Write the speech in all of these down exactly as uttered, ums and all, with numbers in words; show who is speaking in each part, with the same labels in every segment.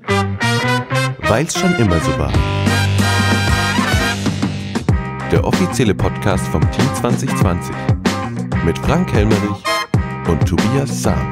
Speaker 1: Weil's schon immer so war. Der offizielle Podcast vom Team zwanzig zwanzig mit Frank Helmerich und Tobias Sam.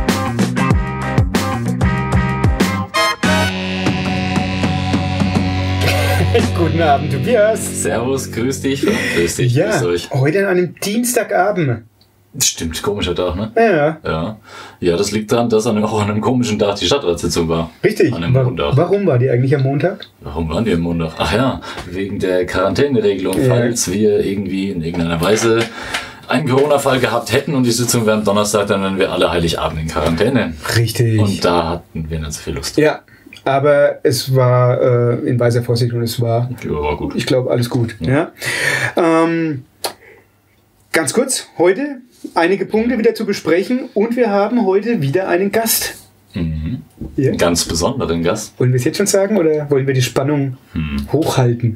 Speaker 2: Guten Abend, Tobias.
Speaker 3: Servus, grüß dich. Grüß dich,
Speaker 2: ja,
Speaker 3: grüß euch.
Speaker 2: Heute an einem Dienstagabend.
Speaker 3: Stimmt, komischer Tag, ne?
Speaker 2: Ja.
Speaker 3: Ja, ja, das liegt daran, dass an, auch an einem komischen Tag die Stadtratssitzung war.
Speaker 2: Richtig.
Speaker 3: An einem
Speaker 2: War,
Speaker 3: Montag.
Speaker 2: Warum war die eigentlich am Montag?
Speaker 3: Warum waren die am Montag? Ach ja, wegen der Quarantäneregelung,
Speaker 2: Ja.
Speaker 3: falls wir irgendwie in irgendeiner Weise einen Corona-Fall gehabt hätten und die Sitzung wäre am Donnerstag, dann wären wir alle Heiligabend in Quarantäne.
Speaker 2: Richtig.
Speaker 3: Und da hatten wir nicht so viel Lust.
Speaker 2: Ja, aber es war äh, in weiser Vorsicht und es war,
Speaker 3: Ja, war gut.
Speaker 2: ich glaube, alles gut. Ja. Ähm, ganz kurz, heute einige Punkte wieder zu besprechen und wir haben heute wieder einen Gast.
Speaker 3: Mhm.
Speaker 2: Ja.
Speaker 3: Einen ganz besonderen Gast.
Speaker 2: Wollen wir es jetzt schon sagen oder wollen wir die Spannung
Speaker 3: Hm.
Speaker 2: hochhalten?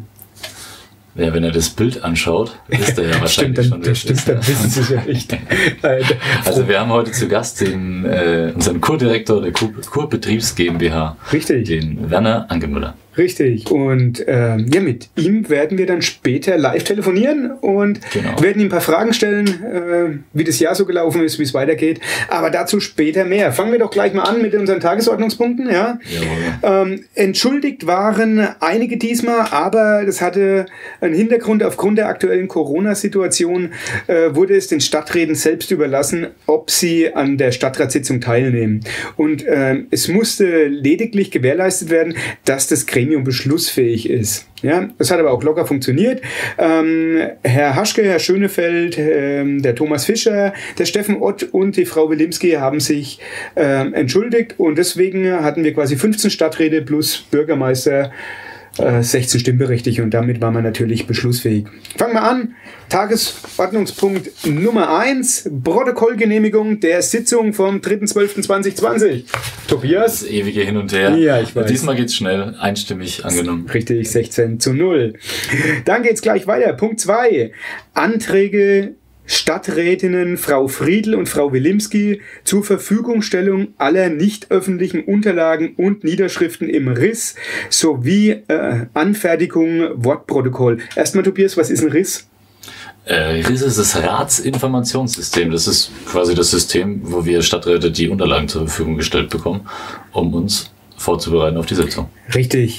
Speaker 3: Ja, wenn er das Bild anschaut, wisst er ja wahrscheinlich
Speaker 2: Stimmt,
Speaker 3: schon,
Speaker 2: dann,
Speaker 3: wer
Speaker 2: das
Speaker 3: es
Speaker 2: stimmt,
Speaker 3: ist.
Speaker 2: dann wissen Sie es ja nicht. Äh,
Speaker 3: Also wir haben heute zu Gast den, äh, unseren Kurdirektor der Kur Kurbetriebs GmbH,
Speaker 2: Richtig.
Speaker 3: den Werner Angemüller.
Speaker 2: Richtig. Und ähm, ja, mit ihm werden wir dann später live telefonieren und
Speaker 3: Genau.
Speaker 2: werden ihm ein paar Fragen stellen, äh, wie das Jahr so gelaufen ist, wie es weitergeht. Aber dazu später mehr. Fangen wir doch gleich mal an mit unseren Tagesordnungspunkten. Ja?
Speaker 3: Jawohl.
Speaker 2: Ähm, entschuldigt waren einige diesmal, aber das hatte einen Hintergrund. Aufgrund der aktuellen Corona-Situation äh, wurde es den Stadträten selbst überlassen, ob sie an der Stadtratssitzung teilnehmen. Und ähm, es musste lediglich gewährleistet werden, dass das Gremium beschlussfähig ist. Ja, das hat aber auch locker funktioniert. Ähm, Herr Haschke, Herr Schönefeld, ähm, der Thomas Fischer, der Steffen Ott und die Frau Wilimski haben sich ähm, entschuldigt und deswegen hatten wir quasi fünfzehn Stadträte plus Bürgermeister, äh, sechzehn Stimmberechtigte und damit war man natürlich beschlussfähig. Fangen wir an. Tagesordnungspunkt Nummer eins, Protokollgenehmigung der Sitzung vom dritter zwölfter zweitausendzwanzig. Tobias?
Speaker 3: Das ewige Hin und Her.
Speaker 2: Ja, ich weiß.
Speaker 3: Diesmal geht's schnell, einstimmig angenommen.
Speaker 2: Richtig, sechzehn zu null. Dann geht's gleich weiter. Punkt zwei. Anträge Stadträtinnen Frau Friedl und Frau Wilimski zur Verfügungstellung aller nicht öffentlichen Unterlagen und Niederschriften im R I S sowie äh, Anfertigung Wortprotokoll. Erstmal, Tobias, was ist ein R I S?
Speaker 3: Äh, R I S ist das Ratsinformationssystem. Das ist quasi das System, wo wir Stadträte die Unterlagen zur Verfügung gestellt bekommen, um uns vorzubereiten auf die Sitzung.
Speaker 2: Richtig.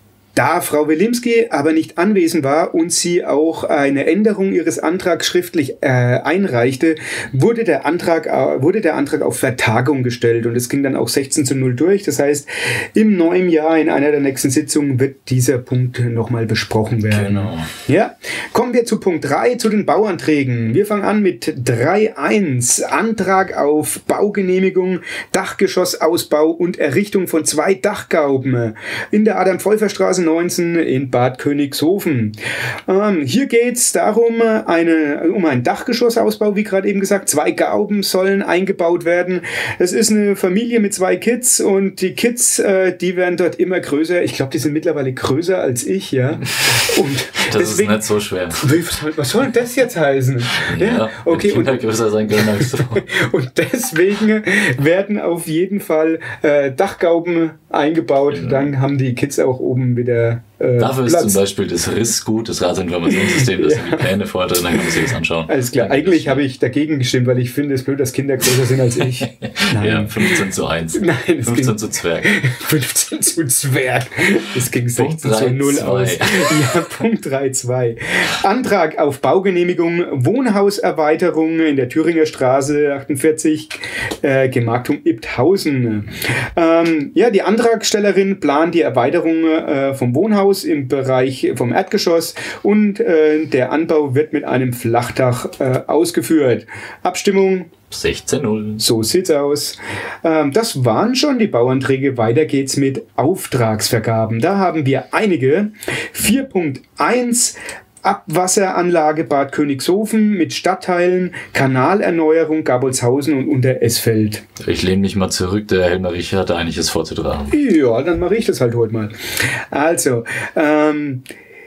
Speaker 2: Da Frau Wilimski aber nicht anwesend war und sie auch eine Änderung ihres Antrags schriftlich äh, einreichte, wurde der, Antrag, äh, wurde der Antrag auf Vertagung gestellt und es ging dann auch sechzehn zu null durch. Das heißt, im neuen Jahr in einer der nächsten Sitzungen wird dieser Punkt nochmal besprochen werden.
Speaker 3: Genau.
Speaker 2: Ja, kommen wir zu Punkt drei, zu den Bauanträgen. Wir fangen an mit drei Punkt eins, Antrag auf Baugenehmigung, Dachgeschossausbau und Errichtung von zwei Dachgauben in der Adam-Pfeuffer-Straße neunzehn in Bad Königshofen. Ähm, hier geht es darum, eine, um einen Dachgeschossausbau, wie gerade eben gesagt. Zwei Gauben sollen eingebaut werden. Es ist eine Familie mit zwei Kids und die Kids, äh, die werden dort immer größer. Ich glaube, die sind mittlerweile größer als ich, ja. Und
Speaker 3: Das
Speaker 2: deswegen,
Speaker 3: ist nicht so schwer.
Speaker 2: was soll, was soll denn das jetzt heißen?
Speaker 3: Ja,
Speaker 2: okay.
Speaker 3: wenn Kinder
Speaker 2: Und,
Speaker 3: größer sein können als du.
Speaker 2: und deswegen werden auf jeden Fall äh, Dachgauben eingebaut.
Speaker 3: Ja.
Speaker 2: Dann haben die Kids auch oben wieder äh,
Speaker 3: Dafür ist
Speaker 2: Platz.
Speaker 3: zum Beispiel das R I S gut, das Ratsinformationssystem, das
Speaker 2: Ja.
Speaker 3: sind die Pläne vorher drin, dann kann man sich das anschauen.
Speaker 2: Alles klar.
Speaker 3: Dann geht
Speaker 2: Eigentlich
Speaker 3: das
Speaker 2: habe ich dagegen gestimmt, weil ich finde es blöd, dass Kinder größer sind als ich.
Speaker 3: schnell. Ja, fünfzehn zu eins.
Speaker 2: Nein, es
Speaker 3: fünfzehn
Speaker 2: ging
Speaker 3: zu Zwerg.
Speaker 2: fünfzehn zu Zwerg. Es ging
Speaker 3: Punkt
Speaker 2: sechzehn zu null
Speaker 3: drei zwei.
Speaker 2: aus. Ja, Punkt drei Punkt zwei. Antrag auf Baugenehmigung, Wohnhauserweiterung in der Thüringer Straße achtundvierzig, äh, Gemarktung Ibthausen. Ähm, ja, die Antragstellerin plant die Erweiterung äh, vom Wohnhaus im Bereich vom Erdgeschoss und äh, der Anbau wird mit einem Flachdach äh, ausgeführt. Abstimmung.
Speaker 3: sechzehn null.
Speaker 2: So sieht's aus. Ähm, das waren schon die Bauanträge. Weiter geht's mit Auftragsvergaben. Da haben wir einige. vier Punkt eins Abwasseranlage Bad Königshofen mit Stadtteilen, Kanalerneuerung Gabolzhausen und Unteresfeld.
Speaker 3: Ich lehne mich mal zurück, der Helmerich hatte einiges vorzutragen.
Speaker 2: Ja, dann mache ich das halt heute mal. Also, ähm,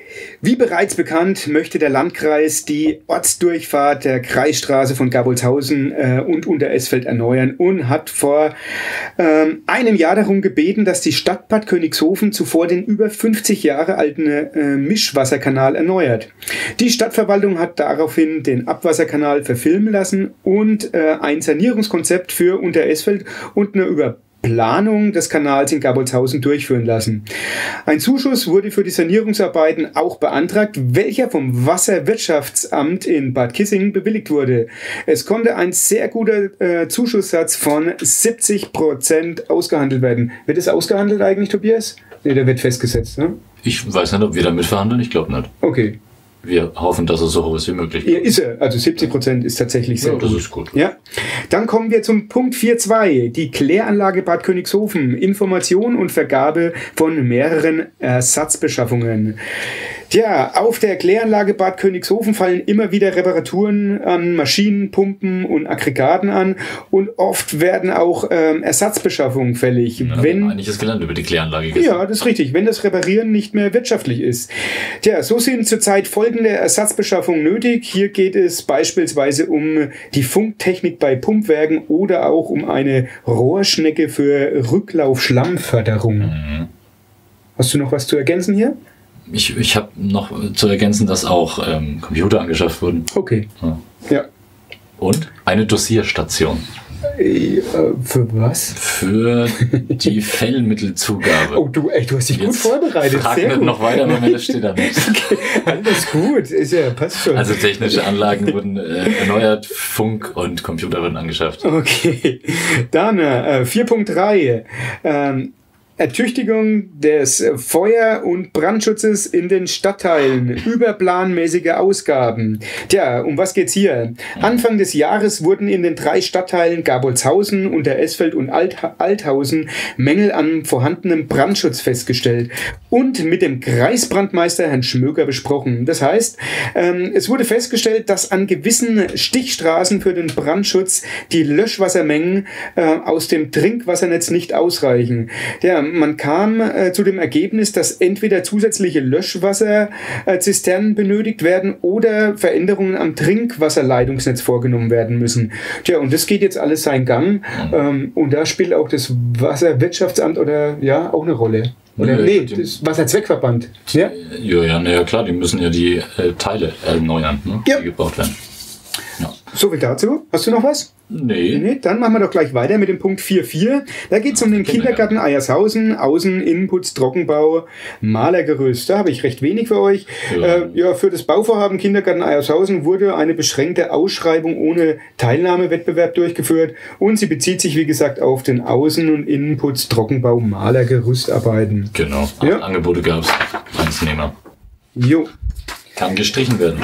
Speaker 2: Wie bereits bekannt, möchte der Landkreis die Ortsdurchfahrt der Kreisstraße von Gabolshausen äh, und Unteresfeld erneuern und hat vor ähm, einem Jahr darum gebeten, dass die Stadt Bad Königshofen zuvor den über fünfzig Jahre alten äh, Mischwasserkanal erneuert. Die Stadtverwaltung hat daraufhin den Abwasserkanal verfilmen lassen und äh, ein Sanierungskonzept für Unteresfeld und eine über Planung des Kanals in Gabolshausen durchführen lassen. Ein Zuschuss wurde für die Sanierungsarbeiten auch beantragt, welcher vom Wasserwirtschaftsamt in Bad Kissingen bewilligt wurde. Es konnte ein sehr guter äh, Zuschusssatz von siebzig Prozent ausgehandelt werden. Wird es ausgehandelt eigentlich, Tobias? Ne, der wird festgesetzt, ne?
Speaker 3: Ich weiß nicht, ob wir da mitverhandeln, ich glaube nicht.
Speaker 2: Okay.
Speaker 3: Wir hoffen, dass er so hoch ist wie möglich.
Speaker 2: Ja, ist er. Also siebzig Prozent ist tatsächlich sehr
Speaker 3: ja,
Speaker 2: gut.
Speaker 3: Das ist gut.
Speaker 2: Ja. Dann kommen wir zum Punkt vier Punkt zwei. Die Kläranlage Bad Königshofen. Information und Vergabe von mehreren Ersatzbeschaffungen. Tja, auf der Kläranlage Bad Königshofen fallen immer wieder Reparaturen an Maschinen, Pumpen und Aggregaten an und oft werden auch ähm, Ersatzbeschaffungen fällig.
Speaker 3: Ja,
Speaker 2: wenn
Speaker 3: eigentlich ist gelernt über die Kläranlage gesagt.
Speaker 2: Ja, das ist richtig, wenn das Reparieren nicht mehr wirtschaftlich ist. Tja, so sind zurzeit folgende Ersatzbeschaffungen nötig. Hier geht es beispielsweise um die Funktechnik bei Pumpwerken oder auch um eine Rohrschnecke für Rücklaufschlammförderung. Mhm. Hast du noch was zu ergänzen hier?
Speaker 3: Ich, ich habe noch zu ergänzen, dass auch ähm, Computer angeschafft wurden.
Speaker 2: Okay.
Speaker 3: Ja.
Speaker 2: ja.
Speaker 3: Und eine Dosierstation.
Speaker 2: Äh, für was?
Speaker 3: Für die Fellmittelzugabe.
Speaker 2: Oh, du, ey, du hast dich
Speaker 3: Jetzt
Speaker 2: gut vorbereitet.
Speaker 3: Frag
Speaker 2: Sehr
Speaker 3: nicht
Speaker 2: gut.
Speaker 3: noch weiter, wenn das steht da nicht.
Speaker 2: Okay, alles gut. Ist ja, passt schon.
Speaker 3: Also technische Anlagen wurden äh, erneuert, Funk und Computer wurden angeschafft.
Speaker 2: Okay. Dann äh, vier Punkt drei. Ähm, Ertüchtigung des Feuer- und Brandschutzes in den Stadtteilen, überplanmäßige Ausgaben. Tja, um was geht's hier? Anfang des Jahres wurden in den drei Stadtteilen Gabolshausen, Unteresfeld und Alt Althausen Mängel an vorhandenem Brandschutz festgestellt und mit dem Kreisbrandmeister Herrn Schmöger besprochen. Das heißt, ähm, es wurde festgestellt, dass an gewissen Stichstraßen für den Brandschutz die Löschwassermengen äh, aus dem Trinkwassernetz nicht ausreichen. Ja, man kam äh, zu dem Ergebnis, dass entweder zusätzliche Löschwasserzisternen äh, benötigt werden oder Veränderungen am Trinkwasserleitungsnetz vorgenommen werden müssen. Tja, und das geht jetzt alles seinen Gang. Ähm, und da spielt auch das Wasserwirtschaftsamt oder ja auch eine Rolle. Oder
Speaker 3: Ja,
Speaker 2: nee,
Speaker 3: die-
Speaker 2: das Wasserzweckverband. Ja?
Speaker 3: Ja, ja, na ja, klar, die müssen ja die äh, Teile erneuern, ne,
Speaker 2: Ja.
Speaker 3: die gebraucht werden. Ja.
Speaker 2: So viel dazu. Hast du noch was?
Speaker 3: Nee.
Speaker 2: Nee, dann machen wir doch gleich weiter mit dem Punkt vier Punkt vier. Da geht es um den Kindergarten Eiershausen, Außen, Innenputz, Trockenbau, Malergerüst. Da habe ich recht wenig für euch.
Speaker 3: Ja.
Speaker 2: Äh, ja, für das Bauvorhaben Kindergarten Eiershausen wurde eine beschränkte Ausschreibung ohne Teilnahmewettbewerb durchgeführt und sie bezieht sich, wie gesagt, auf den Außen- und Innenputz, Trockenbau, Malergerüstarbeiten.
Speaker 3: Genau. Acht
Speaker 2: Ja.
Speaker 3: Angebote gab es. Eins Nehmer.
Speaker 2: Jo.
Speaker 3: Kann gestrichen werden.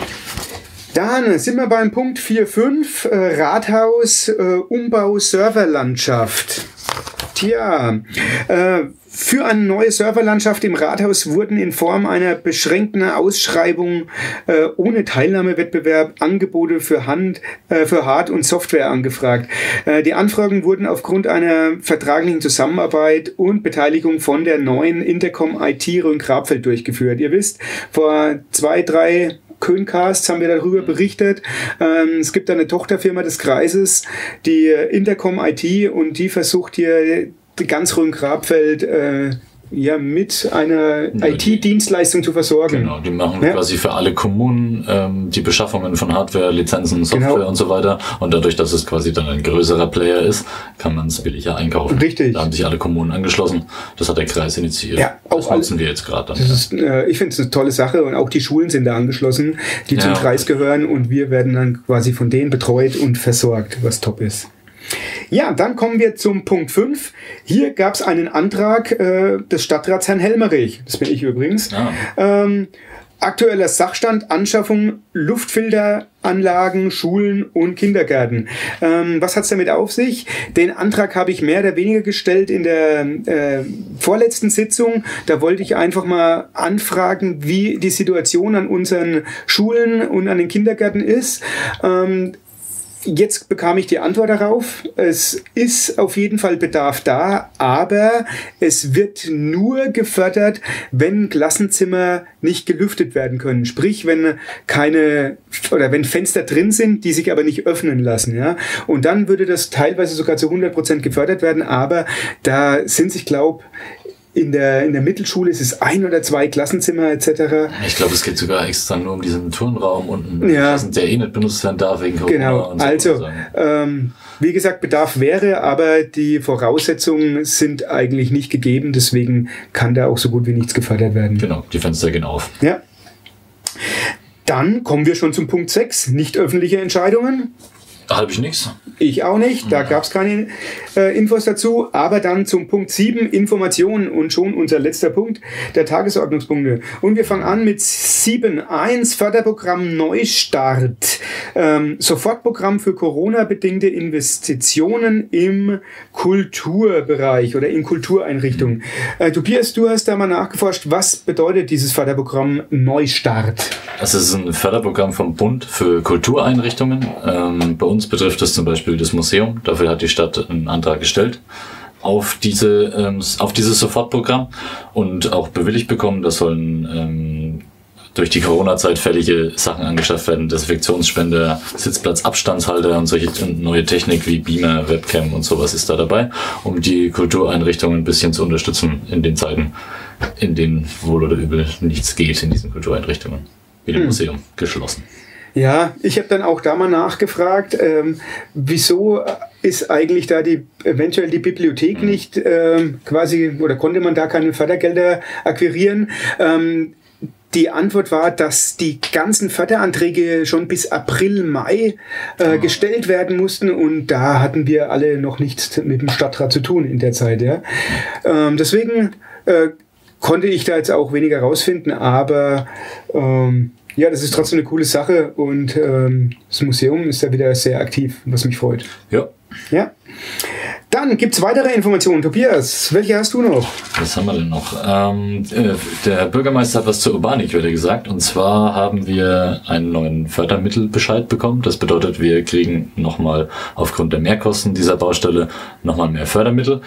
Speaker 2: Dann sind wir beim Punkt vier Punkt fünf, äh, Rathaus, äh, Umbau, Serverlandschaft. Tja, äh, für eine neue Serverlandschaft im Rathaus wurden in Form einer beschränkten Ausschreibung äh, ohne Teilnahmewettbewerb Angebote für Hand, äh, für Hard- und Software angefragt. Äh, die Anfragen wurden aufgrund einer vertraglichen Zusammenarbeit und Beteiligung von der neuen Intercom I T Rhön-Grabfeld durchgeführt. Ihr wisst, vor zwei, drei Kölncasts haben wir darüber berichtet. Ähm, es gibt eine Tochterfirma des Kreises, die Intercom I T, und die versucht hier die ganz Rhön-Grabfeld äh, ja, mit einer
Speaker 3: Ja,
Speaker 2: I T-Dienstleistung zu versorgen.
Speaker 3: Genau, die machen
Speaker 2: Ja.
Speaker 3: quasi für alle Kommunen ähm, die Beschaffungen von Hardware, Lizenzen, Software
Speaker 2: Genau.
Speaker 3: und so weiter. Und dadurch, dass es quasi dann ein größerer Player ist, kann man es billiger einkaufen.
Speaker 2: Richtig.
Speaker 3: Da haben sich alle Kommunen angeschlossen. Das hat der Kreis initiiert.
Speaker 2: Ja, auch
Speaker 3: das
Speaker 2: alle-
Speaker 3: nutzen wir jetzt gerade dann.
Speaker 2: Das ist, äh, ich finde es eine tolle Sache, und auch die Schulen sind da angeschlossen, die zum
Speaker 3: Ja.
Speaker 2: Kreis gehören, und wir werden dann quasi von denen betreut und versorgt, was top ist. Ja, dann kommen wir zum Punkt fünf. Hier gab es einen Antrag äh, des Stadtrats Herrn Helmerich, das bin ich übrigens.
Speaker 3: Ah.
Speaker 2: Ähm, aktueller Sachstand: Anschaffung Luftfilteranlagen, Schulen und Kindergärten. Ähm, was hat es damit auf sich? Den Antrag habe ich mehr oder weniger gestellt in der äh, vorletzten Sitzung. Da wollte ich einfach mal anfragen, wie die Situation an unseren Schulen und an den Kindergärten ist. Ähm, jetzt bekam ich die Antwort darauf. Es ist auf jeden Fall Bedarf da, aber es wird nur gefördert, wenn Klassenzimmer nicht gelüftet werden können. Sprich, wenn keine oder wenn Fenster drin sind, die sich aber nicht öffnen lassen. Ja? Und dann würde das teilweise sogar zu hundert Prozent gefördert werden, aber da sind sich, glaube In der, in der Mittelschule ist es ein oder zwei Klassenzimmer et cetera.
Speaker 3: Ich glaube, es geht sogar extra nur um diesen Turnraum unten,
Speaker 2: ja.
Speaker 3: der eh nicht benutzt werden darf wegen Corona.
Speaker 2: Genau,
Speaker 3: und so
Speaker 2: also ähm, wie gesagt, Bedarf wäre, aber die Voraussetzungen sind eigentlich nicht gegeben, deswegen kann da auch so gut wie nichts gefördert werden.
Speaker 3: Genau, die Fenster gehen auf.
Speaker 2: Ja. Dann kommen wir schon zum Punkt sechs, nicht öffentliche Entscheidungen.
Speaker 3: Da habe ich nichts.
Speaker 2: Ich auch nicht, da gab es keine äh, Infos dazu. Aber dann zum Punkt sieben, Informationen und schon unser letzter Punkt der Tagesordnungspunkte. Und wir fangen an mit sieben Punkt eins, Förderprogramm Neustart. Ähm, Sofortprogramm für Corona-bedingte Investitionen im Kulturbereich oder in Kultureinrichtungen. Äh, Tobias, du hast da mal nachgeforscht, was bedeutet dieses Förderprogramm Neustart?
Speaker 3: Es ist ein Förderprogramm vom Bund für Kultureinrichtungen. Ähm, bei uns betrifft es zum Beispiel das Museum. Dafür hat die Stadt einen Antrag gestellt auf, diese, ähm, auf dieses Sofortprogramm und auch bewilligt bekommen. Da sollen ähm, durch die Corona-Zeit fällige Sachen angeschafft werden. Desinfektionsspender, Sitzplatzabstandshalter und solche neue Technik wie Beamer, Webcam und sowas ist da dabei, um die Kultureinrichtungen ein bisschen zu unterstützen in den Zeiten, in denen wohl oder übel nichts geht in diesen Kultureinrichtungen. Wie dem hm. Museum geschlossen.
Speaker 2: Ja, ich habe dann auch da mal nachgefragt, ähm, wieso ist eigentlich da die eventuell die Bibliothek mhm. nicht ähm, quasi, oder konnte man da keine Fördergelder akquirieren? Ähm, die Antwort war, dass die ganzen Förderanträge schon bis April, Mai äh, oh. gestellt werden mussten und da hatten wir alle noch nichts mit dem Stadtrat zu tun in der Zeit. Ja? Ähm, deswegen äh, konnte ich da jetzt auch weniger rausfinden, aber ähm, ja, das ist trotzdem eine coole Sache und ähm, das Museum ist da wieder sehr aktiv, was mich freut.
Speaker 3: Ja.
Speaker 2: Ja. Dann gibt es weitere Informationen. Tobias, welche hast du noch?
Speaker 3: Was haben wir denn noch? Ähm, äh, der Bürgermeister hat was zur Urbaniquelle gesagt. Und zwar haben wir einen neuen Fördermittelbescheid bekommen. Das bedeutet, wir kriegen nochmal aufgrund der Mehrkosten dieser Baustelle nochmal mehr Fördermittel.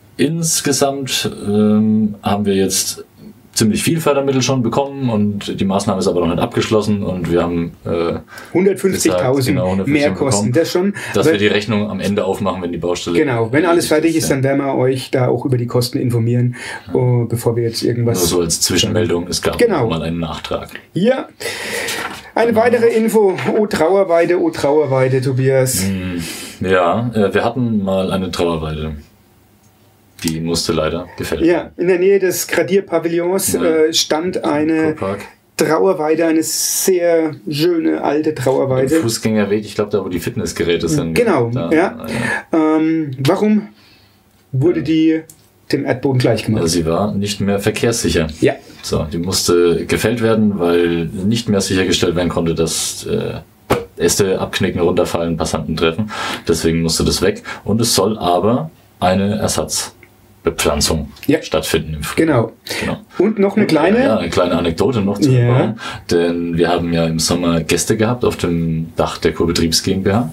Speaker 3: Insgesamt ähm, haben wir jetzt ziemlich viel Fördermittel schon bekommen und die Maßnahme ist aber noch nicht abgeschlossen und wir haben äh,
Speaker 2: hundertfünfzigtausend genau, mehr Kosten. Das schon.
Speaker 3: Dass wir die Rechnung am Ende aufmachen, wenn die Baustelle...
Speaker 2: Genau, wenn alles fertig ist, dann werden wir euch da auch über die Kosten informieren, ja. uh, bevor wir jetzt irgendwas...
Speaker 3: Nur so als Zwischenmeldung, es gab
Speaker 2: genau.
Speaker 3: mal einen Nachtrag.
Speaker 2: Ja, eine genau. weitere Info. Oh Trauerweide, oh Trauerweide, Tobias.
Speaker 3: Ja, äh, wir hatten mal eine Trauerweide. Die musste leider gefällt werden.
Speaker 2: Ja, in der Nähe des Gradierpavillons ja. äh, stand eine Trauerweide, eine sehr schöne alte Trauerweide.
Speaker 3: Im Fußgängerweg, ich glaube da, wo die Fitnessgeräte sind.
Speaker 2: Genau,
Speaker 3: da,
Speaker 2: ja. ja. Ähm, warum wurde die dem Erdboden gleich gemacht?
Speaker 3: Also sie war nicht mehr verkehrssicher.
Speaker 2: Ja.
Speaker 3: So, die musste gefällt werden, weil nicht mehr sichergestellt werden konnte, dass äh, Äste abknicken, runterfallen, Passanten treffen. Deswegen musste das weg. Und es soll aber eine Ersatz Bepflanzung ja. stattfinden im Frühjahr.
Speaker 2: Genau.
Speaker 3: genau.
Speaker 2: Und noch eine kleine...
Speaker 3: Ja, eine kleine Anekdote noch zu
Speaker 2: ja.
Speaker 3: bauen. Denn wir haben ja im Sommer Gäste gehabt auf dem Dach der Kurbetriebs GmbH.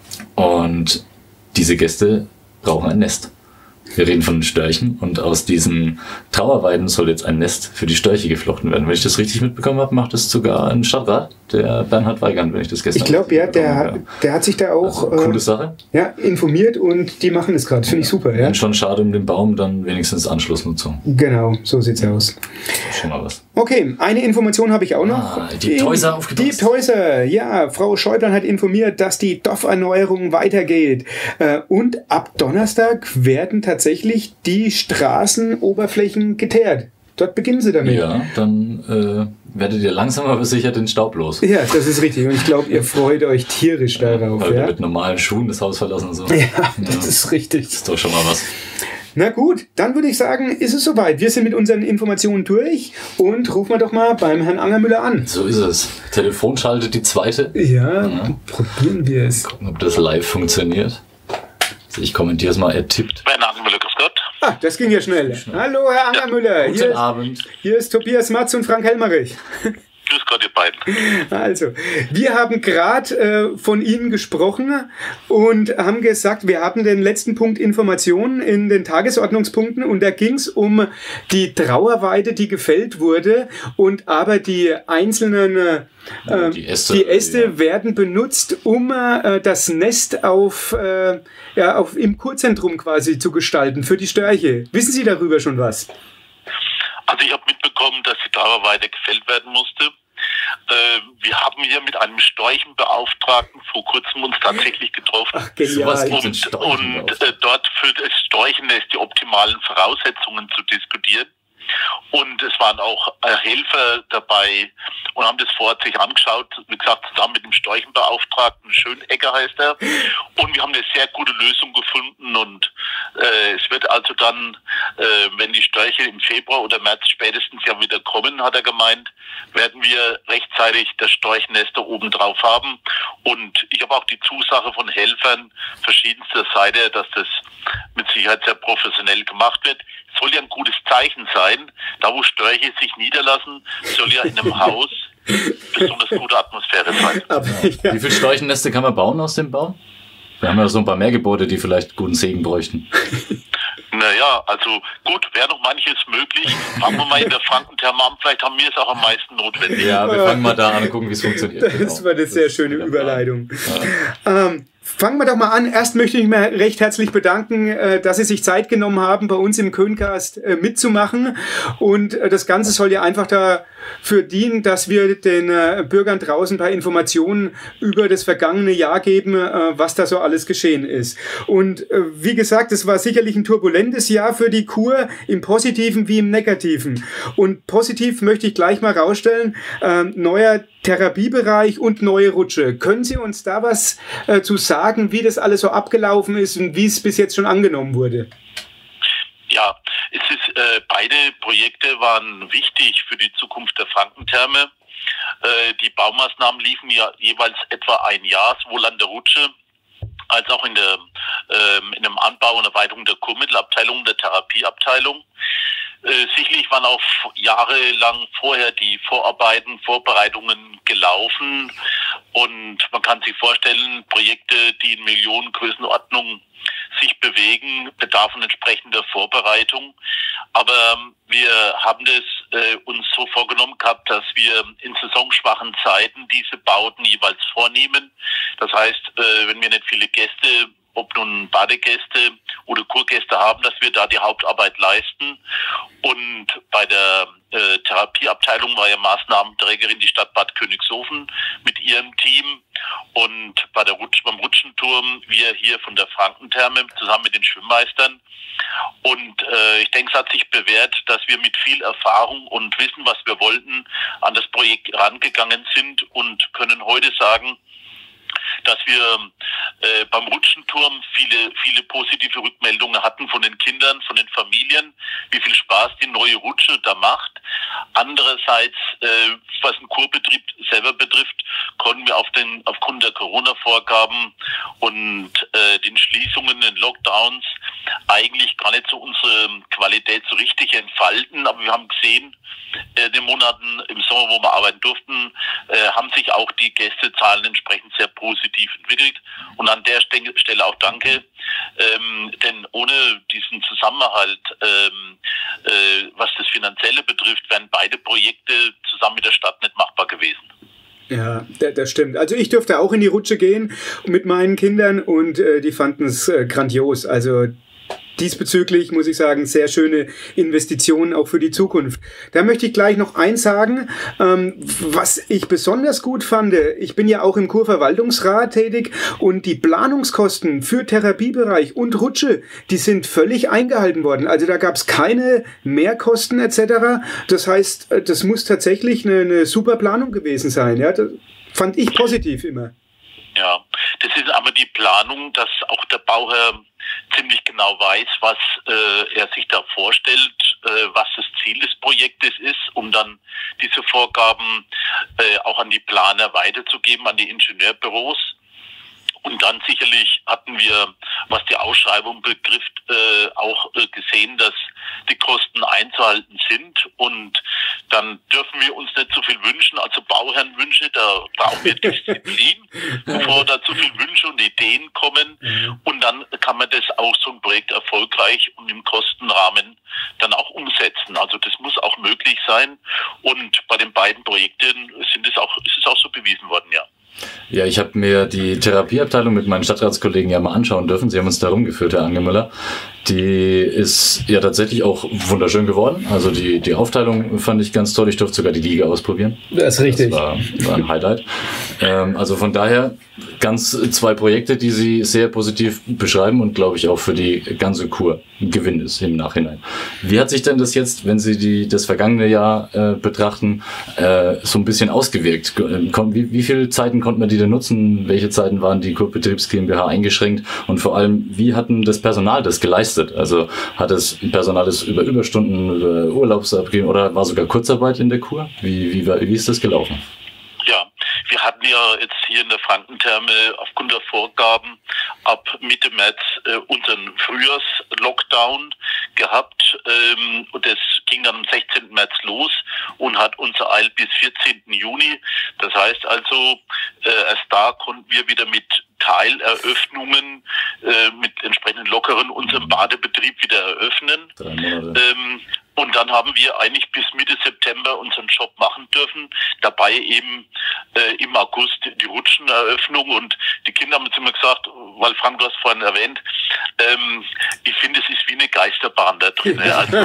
Speaker 3: Und diese Gäste brauchen ein Nest. Wir reden von den Störchen und aus diesen Trauerweiden soll jetzt ein Nest für die Störche geflochten werden. Wenn ich das richtig mitbekommen habe, macht das sogar ein Stadtrat, der Bernhard Weigand, wenn ich das gestern...
Speaker 2: Ich glaube, ja, der, hat, der hat sich da auch
Speaker 3: also, coole Sache.
Speaker 2: Äh, ja, informiert und die machen es gerade. Finde ich super. Ja.
Speaker 3: Wenn schon schade um den Baum, dann wenigstens Anschlussnutzung.
Speaker 2: Genau, so sieht's aus.
Speaker 3: Schon mal was.
Speaker 2: Okay, eine Information habe ich auch noch.
Speaker 3: Ah, die Teuser aufgepasst.
Speaker 2: Die Teuser, ja. Frau Schäuble hat informiert, dass die Dorferneuerung weitergeht. Und ab Donnerstag werden tatsächlich die Straßenoberflächen geteert. Dort beginnen sie damit.
Speaker 3: Ja, dann äh, werdet ihr langsam aber sicher den Staub los.
Speaker 2: Ja, das ist richtig. Und ich glaube, ihr freut euch tierisch darauf.
Speaker 3: Weil
Speaker 2: ja?
Speaker 3: wir mit normalen Schuhen das Haus verlassen und so.
Speaker 2: Ja, das ja. ist richtig.
Speaker 3: Das ist doch schon mal was.
Speaker 2: Na gut, dann würde ich sagen, ist es soweit. Wir sind mit unseren Informationen durch und rufen wir doch mal beim Herrn Angermüller an.
Speaker 3: So ist es. Telefon schaltet die zweite.
Speaker 2: Ja, ja. Probieren wir es.
Speaker 3: Gucken, ob das live funktioniert. Also ich kommentiere es mal, er tippt.
Speaker 4: Herr Angermüller, grüß Gott.
Speaker 2: Ah, das ging ja schnell. schnell. Hallo, Herr Angermüller.
Speaker 3: Ja, guten
Speaker 2: hier,
Speaker 3: Abend.
Speaker 2: Hier ist Tobias Matz und Frank Helmerich.
Speaker 4: Grüß Gott, ihr beiden.
Speaker 2: Also, wir haben gerade äh, von Ihnen gesprochen und haben gesagt, wir haben den letzten Punkt Informationen in den Tagesordnungspunkten und da ging es um die Trauerweide, die gefällt wurde und aber die einzelnen äh, die Äste, die Äste ja. werden benutzt, um äh, das Nest auf, äh, ja, auf, im Kurzentrum quasi zu gestalten für die Störche. Wissen Sie darüber schon was?
Speaker 4: Also ich habe mitbekommen, dass die Trauerweide gefällt werden musste. Äh, wir haben hier mit einem Storchenbeauftragten vor kurzem uns tatsächlich getroffen. Ach,
Speaker 2: genial.
Speaker 4: Und, und äh, dort für das Storchennest die optimalen Voraussetzungen zu diskutieren. Und es waren auch äh, Helfer dabei und haben das vor Ort sich angeschaut, wie gesagt, zusammen mit dem Storchenbeauftragten, Schönegger heißt er. Und wir haben eine sehr gute Lösung gefunden und äh, es wird also dann, äh, wenn die Störche im Februar oder März spätestens ja wieder kommen, hat er gemeint, werden wir rechtzeitig das Storchennest da oben drauf haben. Und ich habe auch die Zusage von Helfern verschiedenster Seite, dass das mit Sicherheit sehr professionell gemacht wird. Soll ja ein gutes Zeichen sein. Da, wo Störche sich niederlassen, soll ja in einem Haus besonders gute Atmosphäre sein.
Speaker 3: Aber, ja. Wie viele Storchenneste kann man bauen aus dem Baum? Wir haben ja so ein paar mehr Gebote, die vielleicht guten Segen bräuchten.
Speaker 4: Naja, also gut, wäre noch manches möglich. Fangen wir mal in der Frankentherme an, vielleicht haben wir es auch am meisten notwendig.
Speaker 3: Ja, wir fangen mal da an und gucken, wie es funktioniert.
Speaker 2: Das genau. war eine sehr das schöne Überleitung. Ja. Ähm, Fangen wir doch mal an. Erst möchte ich mich recht herzlich bedanken, dass Sie sich Zeit genommen haben, bei uns im Köhncast mitzumachen. Und das Ganze soll ja einfach dafür dienen, dass wir den Bürgern draußen ein paar Informationen über das vergangene Jahr geben, was da so alles geschehen ist. Und wie gesagt, es war sicherlich ein turbulentes Jahr für die Kur, im Positiven wie im Negativen. Und positiv möchte ich gleich mal rausstellen, neuer Therapiebereich und neue Rutsche. Können Sie uns da was äh, zu sagen, wie das alles so abgelaufen ist und wie es bis jetzt schon angenommen wurde?
Speaker 4: Ja, es ist, äh, beide Projekte waren wichtig für die Zukunft der Frankentherme. Äh, die Baumaßnahmen liefen ja jeweils etwa ein Jahr, sowohl an der Rutsche als auch in der äh, in dem Anbau und Erweiterung der Kurmittelabteilung, der Therapieabteilung. Äh, sicherlich waren auch jahrelang vorher die Vorarbeiten, Vorbereitungen gelaufen und man kann sich vorstellen, Projekte, die in Millionengrößenordnung sich bewegen, bedarfen entsprechender Vorbereitung. Aber wir haben das äh, uns so vorgenommen gehabt, dass wir in saisonschwachen Zeiten diese Bauten jeweils vornehmen. Das heißt, äh, wenn wir nicht viele Gäste, ob nun Badegäste oder Kurgäste haben, dass wir da die Hauptarbeit leisten. Und bei der äh, Therapieabteilung war ja Maßnahmenträgerin die Stadt Bad Königshofen mit ihrem Team. Und bei der Rutsch, beim Rutschenturm wir hier von der Frankentherme zusammen mit den Schwimmmeistern. Und äh, ich denke, es hat sich bewährt, dass wir mit viel Erfahrung und Wissen, was wir wollten, an das Projekt rangegangen sind und können heute sagen, dass wir äh, beim Rutschenturm viele, viele positive Rückmeldungen hatten von den Kindern, von den Familien, wie viel Spaß die neue Rutsche da macht. Andererseits, äh, was den Kurbetrieb selber betrifft, konnten wir auf den, aufgrund der Corona-Vorgaben und äh, den Schließungen, den Lockdowns eigentlich gar nicht so unsere Qualität so richtig entfalten. Aber wir haben gesehen, äh, in den Monaten im Sommer, wo wir arbeiten durften, äh, haben sich auch die Gästezahlen entsprechend sehr positiv entwickelt. Und an der Stelle auch danke, ähm, denn ohne diesen Zusammenhalt, ähm, äh, was das Finanzielle betrifft, wären beide Projekte zusammen mit der Stadt nicht machbar gewesen.
Speaker 2: Ja, das stimmt. Also ich durfte auch in die Rutsche gehen mit meinen Kindern und äh, die fanden es äh, grandios. Also diesbezüglich muss ich sagen, sehr schöne Investitionen auch für die Zukunft. Da möchte ich gleich noch eins sagen, ähm, was ich besonders gut fand. Ich bin ja auch im Kurverwaltungsrat tätig und die Planungskosten für Therapiebereich und Rutsche, die sind völlig eingehalten worden. Also da gab es keine Mehrkosten et cetera. Das heißt, das muss tatsächlich eine, eine super Planung gewesen sein. Ja, das fand ich positiv immer.
Speaker 4: Ja, das ist aber die Planung, dass auch der Bauherr ziemlich genau weiß, was äh, er sich da vorstellt, äh, was das Ziel des Projektes ist, um dann diese Vorgaben äh, auch an die Planer weiterzugeben, an die Ingenieurbüros. Und dann sicherlich hatten wir, was die Ausschreibung betrifft, äh, auch äh, gesehen, dass die Kosten einzuhalten sind. Und dann dürfen wir uns nicht zu viel wünschen, also Bauherrenwünsche, da brauchen wir Disziplin, bevor da zu viel Wünsche und Ideen kommen. Und dann kann man das auch so ein Projekt erfolgreich und im Kostenrahmen dann auch umsetzen. Also das muss auch möglich sein. Und bei den beiden Projekten sind es auch, ist es auch so bewiesen worden, ja.
Speaker 3: Ja, ich habe mir die Therapieabteilung mit meinen Stadtratskollegen ja mal anschauen dürfen. Sie haben uns da rumgeführt, Herr Angemüller. Die ist ja tatsächlich auch wunderschön geworden. Also die, die Aufteilung fand ich ganz toll. Ich durfte sogar die Liga ausprobieren.
Speaker 2: Das ist richtig.
Speaker 3: Das war, war ein Highlight. ähm, also von daher ganz zwei Projekte, die Sie sehr positiv beschreiben und glaube ich auch für die ganze Kur ein Gewinn ist im Nachhinein. Wie hat sich denn das jetzt, wenn Sie die, das vergangene Jahr äh, betrachten, äh, so ein bisschen ausgewirkt? Wie, wie viele Zeiten konnten wir die denn nutzen? Welche Zeiten waren die Kurbetriebs GmbH eingeschränkt? Und vor allem, wie hat denn das Personal das geleistet? Also hat das Personal das über Überstunden, über Urlaubsabgeben oder war sogar Kurzarbeit in der Kur? Wie, wie, wie ist das gelaufen?
Speaker 4: Ja, wir hatten ja jetzt hier in der Frankentherme aufgrund der Vorgaben ab Mitte März äh, unseren Frühjahrs-Lockdown gehabt. Ähm, und das ging dann am sechzehnten März los und hat uns ereilt bis vierzehnten Juni. Das heißt also, äh, erst da konnten wir wieder mit Teileröffnungen äh, mit entsprechenden Lockeren unseren Badebetrieb wieder eröffnen.
Speaker 3: Drei Monate.
Speaker 4: Ähm, und dann haben wir eigentlich bis Mitte September unseren Job machen dürfen. Dabei eben äh, im August die Rutscheneröffnung. Und die Kinder haben jetzt immer gesagt, weil Frank, du hast vorhin erwähnt, ähm, ich finde, es ist wie eine Geisterbahn da drin. Also,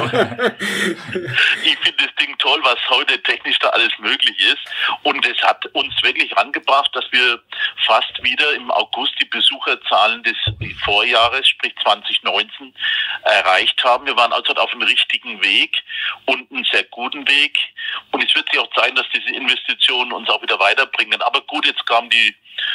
Speaker 4: ich finde das Ding toll, was heute technisch da alles möglich ist. Und es hat uns wirklich rangebracht, dass wir fast wieder im August die Besucherzahlen des Vorjahres, sprich zwanzig neunzehn, erreicht haben. Wir waren also auf einem richtigen Weg und einen sehr guten Weg. Und es wird sich auch zeigen, dass diese Investitionen uns auch wieder weiterbringen. Aber gut, jetzt kamen die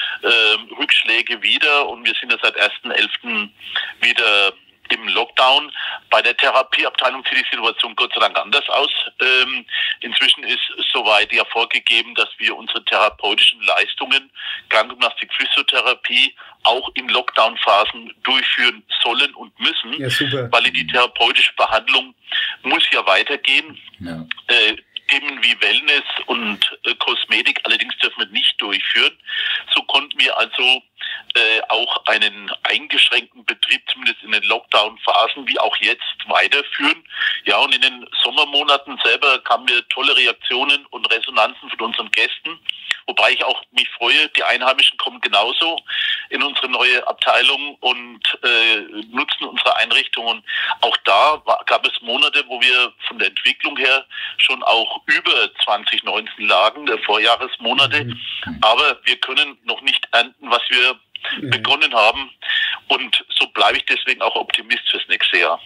Speaker 4: äh, Rückschläge wieder und wir sind ja seit ersten elften wieder im Lockdown. Bei der Therapieabteilung sieht die Situation Gott sei Dank anders aus. Ähm, inzwischen ist soweit ja vorgegeben, dass wir unsere therapeutischen Leistungen, Krankengymnastik, Physiotherapie, auch in Lockdown-Phasen durchführen sollen und müssen.
Speaker 2: Ja, super.
Speaker 4: Weil die therapeutische Behandlung muss ja weitergehen.
Speaker 3: Ja.
Speaker 4: Äh, Themen wie Wellness und äh, Kosmetik allerdings dürfen wir nicht durchführen. So konnten wir also äh, auch einen eingeschränkten Betrieb, zumindest in den Lockdown-Phasen, wie auch jetzt, weiterführen. Ja, und in den Sommermonaten selber kamen mir tolle Reaktionen und Resonanzen von unseren Gästen. Wobei ich auch mich freue, die Einheimischen kommen genauso in unsere neue Abteilung und äh, nutzen unsere Einrichtungen. Auch da war, gab es Monate, wo wir von der Entwicklung her schon auch über zwanzig neunzehn lagen, der Vorjahresmonate. Mhm. Aber wir können noch nicht ernten, was wir mhm. begonnen haben. Und so bleibe ich deswegen auch Optimist fürs nächste Jahr.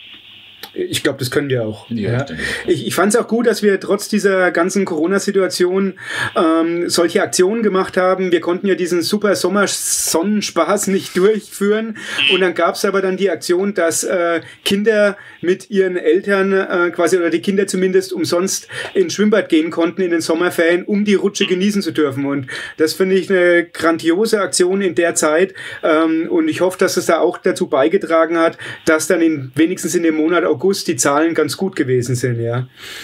Speaker 2: Ich glaube, das können wir auch.
Speaker 3: Ja,
Speaker 2: ja. Ich, ich fand es auch gut, dass wir trotz dieser ganzen Corona-Situation ähm, solche Aktionen gemacht haben. Wir konnten ja diesen super Sommersonnenspaß nicht durchführen. Und dann gab es aber dann die Aktion, dass äh, Kinder mit ihren Eltern äh, quasi, oder die Kinder zumindest umsonst ins Schwimmbad gehen konnten in den Sommerferien, um die Rutsche genießen zu dürfen. Und das finde ich eine grandiose Aktion in der Zeit. Ähm, und ich hoffe, dass es da auch dazu beigetragen hat, dass dann in, wenigstens in dem Monat August die Zahlen ganz gut gewesen sind, ja.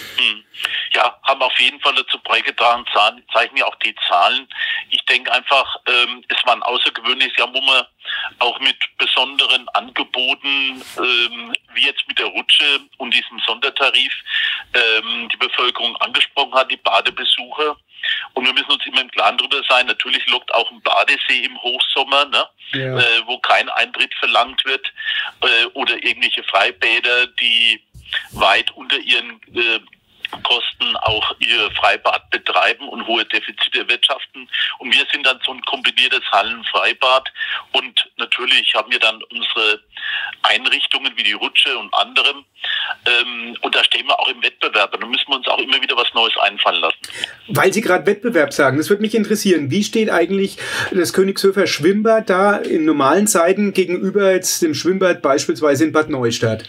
Speaker 4: Ja, haben auf jeden Fall dazu beigetragen, zeigen ja auch die Zahlen. Ich denke einfach, ähm, es war ein außergewöhnliches Jahr, wo man auch mit besonderen Angeboten, ähm, wie jetzt mit der Rutsche und diesem Sondertarif, ähm, die Bevölkerung angesprochen hat, die Badebesucher. Und wir müssen uns immer im Klaren darüber sein, natürlich lockt auch ein Badesee im Hochsommer, ne? Ja. äh, wo kein Eintritt verlangt wird, äh, oder irgendwelche Freibäder, die weit unter ihren äh, Kosten auch ihr Freibad betreiben und hohe Defizite erwirtschaften. Und wir sind dann so ein kombiniertes Hallenfreibad. Und natürlich haben wir dann unsere Einrichtungen wie die Rutsche und anderem. Ähm, und da stehen wir auch im Wettbewerb. Und da müssen wir uns auch immer wieder was Neues einfallen lassen.
Speaker 2: Weil Sie gerade Wettbewerb sagen, das würde mich interessieren. Wie steht eigentlich das Königshöfer Schwimmbad da in normalen Zeiten gegenüber jetzt dem Schwimmbad beispielsweise in Bad Neustadt?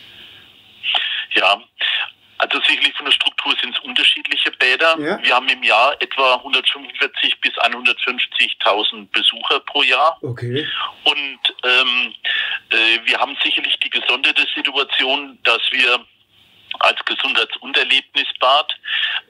Speaker 4: Ja, also sicherlich von der Struktur sind es unterschiedliche Bäder. Ja. Wir haben im Jahr etwa hundertfünfundvierzig bis hundertfünfzigtausend Besucher pro Jahr.
Speaker 2: Okay.
Speaker 4: Und ähm, äh, wir haben sicherlich die gesonderte Situation, dass wir als Gesundheitsunterlebnisbad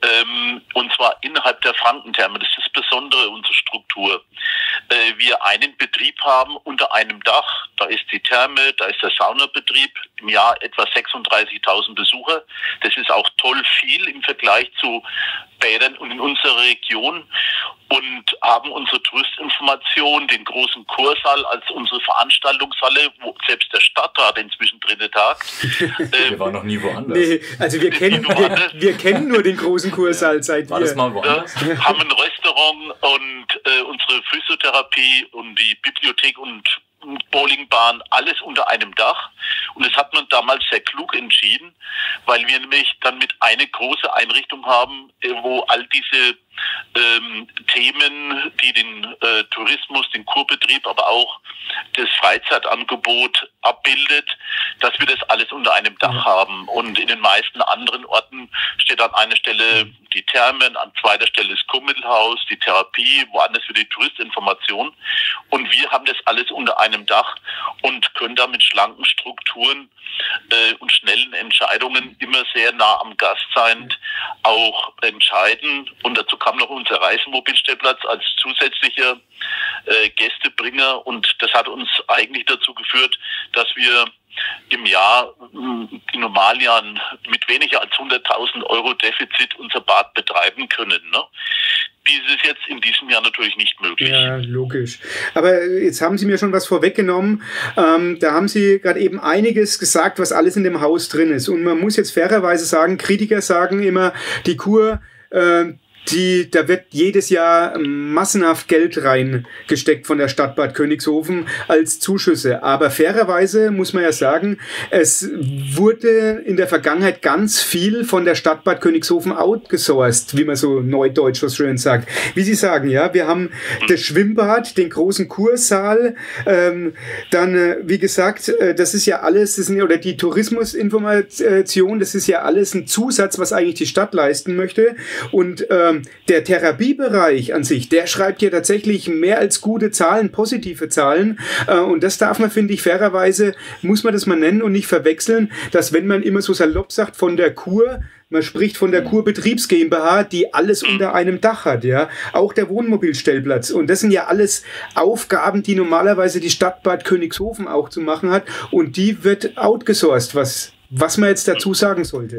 Speaker 4: ähm, und zwar innerhalb der Frankentherme. Das ist das Besondere unserer Struktur. Äh, wir einen Betrieb haben unter einem Dach, da ist die Therme, da ist der Saunabetrieb, im Jahr etwa sechsunddreißigtausend Besucher. Das ist auch toll viel im Vergleich zu Bädern und in unserer Region, und haben unsere Touristinformation, den großen Kursaal als unsere Veranstaltungshalle, wo selbst der Stadtrat inzwischen drinnen tagt.
Speaker 3: Wir waren noch nie woanders.
Speaker 2: Nee, also wir kennen, wir, wir kennen nur den großen Kursaal seit
Speaker 3: War
Speaker 2: wir.
Speaker 3: das mal woanders?
Speaker 4: Wir haben ein Restaurant und äh, unsere Physiotherapie und die Bibliothek und Bowlingbahn, alles unter einem Dach. Und das hat man damals sehr klug entschieden, weil wir nämlich dann mit eine große Einrichtung haben, wo all diese ähm, Themen, die den äh, Tourismus, den Kurbetrieb, aber auch das Freizeitangebot abbildet, dass wir das alles unter einem Dach haben. Und in den meisten anderen Orten steht an einer Stelle die Thermen, an zweiter Stelle das Kurmittelhaus, die Therapie, woanders für die Touristinformation. Und wir haben das alles unter einem Dach und können da mit schlanken Strukturen äh, und schnellen Entscheidungen immer sehr nah am Gast sein, auch entscheiden. Und dazu kam noch unser Reisemobilstellplatz als zusätzlicher äh, Gästebringer, und das hat uns eigentlich dazu geführt, dass wir im Jahr, in Normaljahren, mit weniger als hunderttausend Euro Defizit unser Bad betreiben können. Ne? Dies ist jetzt in diesem Jahr natürlich nicht möglich.
Speaker 2: Ja, logisch. Aber jetzt haben Sie mir schon was vorweggenommen. Ähm, da haben Sie gerade eben einiges gesagt, was alles in dem Haus drin ist. Und man muss jetzt fairerweise sagen, Kritiker sagen immer, die Kur, äh, Die, da wird jedes Jahr massenhaft Geld reingesteckt von der Stadt Bad Königshofen als Zuschüsse. Aber fairerweise muss man ja sagen, es wurde in der Vergangenheit ganz viel von der Stadt Bad Königshofen outgesourced, wie man so neudeutsch so schön sagt. Wie Sie sagen, ja, wir haben das Schwimmbad, den großen Kursaal, ähm, dann, äh, wie gesagt, äh, das ist ja alles, das sind, oder die Tourismusinformation, das ist ja alles ein Zusatz, was eigentlich die Stadt leisten möchte. Und ähm, der Therapiebereich an sich, der schreibt ja tatsächlich mehr als gute Zahlen, positive Zahlen. Äh, und das darf man, finde ich, fairerweise, muss man das mal nennen und nicht verwechseln, dass wenn man immer so salopp sagt von der Kur, man spricht von der Kurbetriebs GmbH, die alles unter einem Dach hat, ja. Auch der Wohnmobilstellplatz. Und das sind ja alles Aufgaben, die normalerweise die Stadt Bad Königshofen auch zu machen hat. Und die wird outgesourced, was, was man jetzt dazu sagen sollte.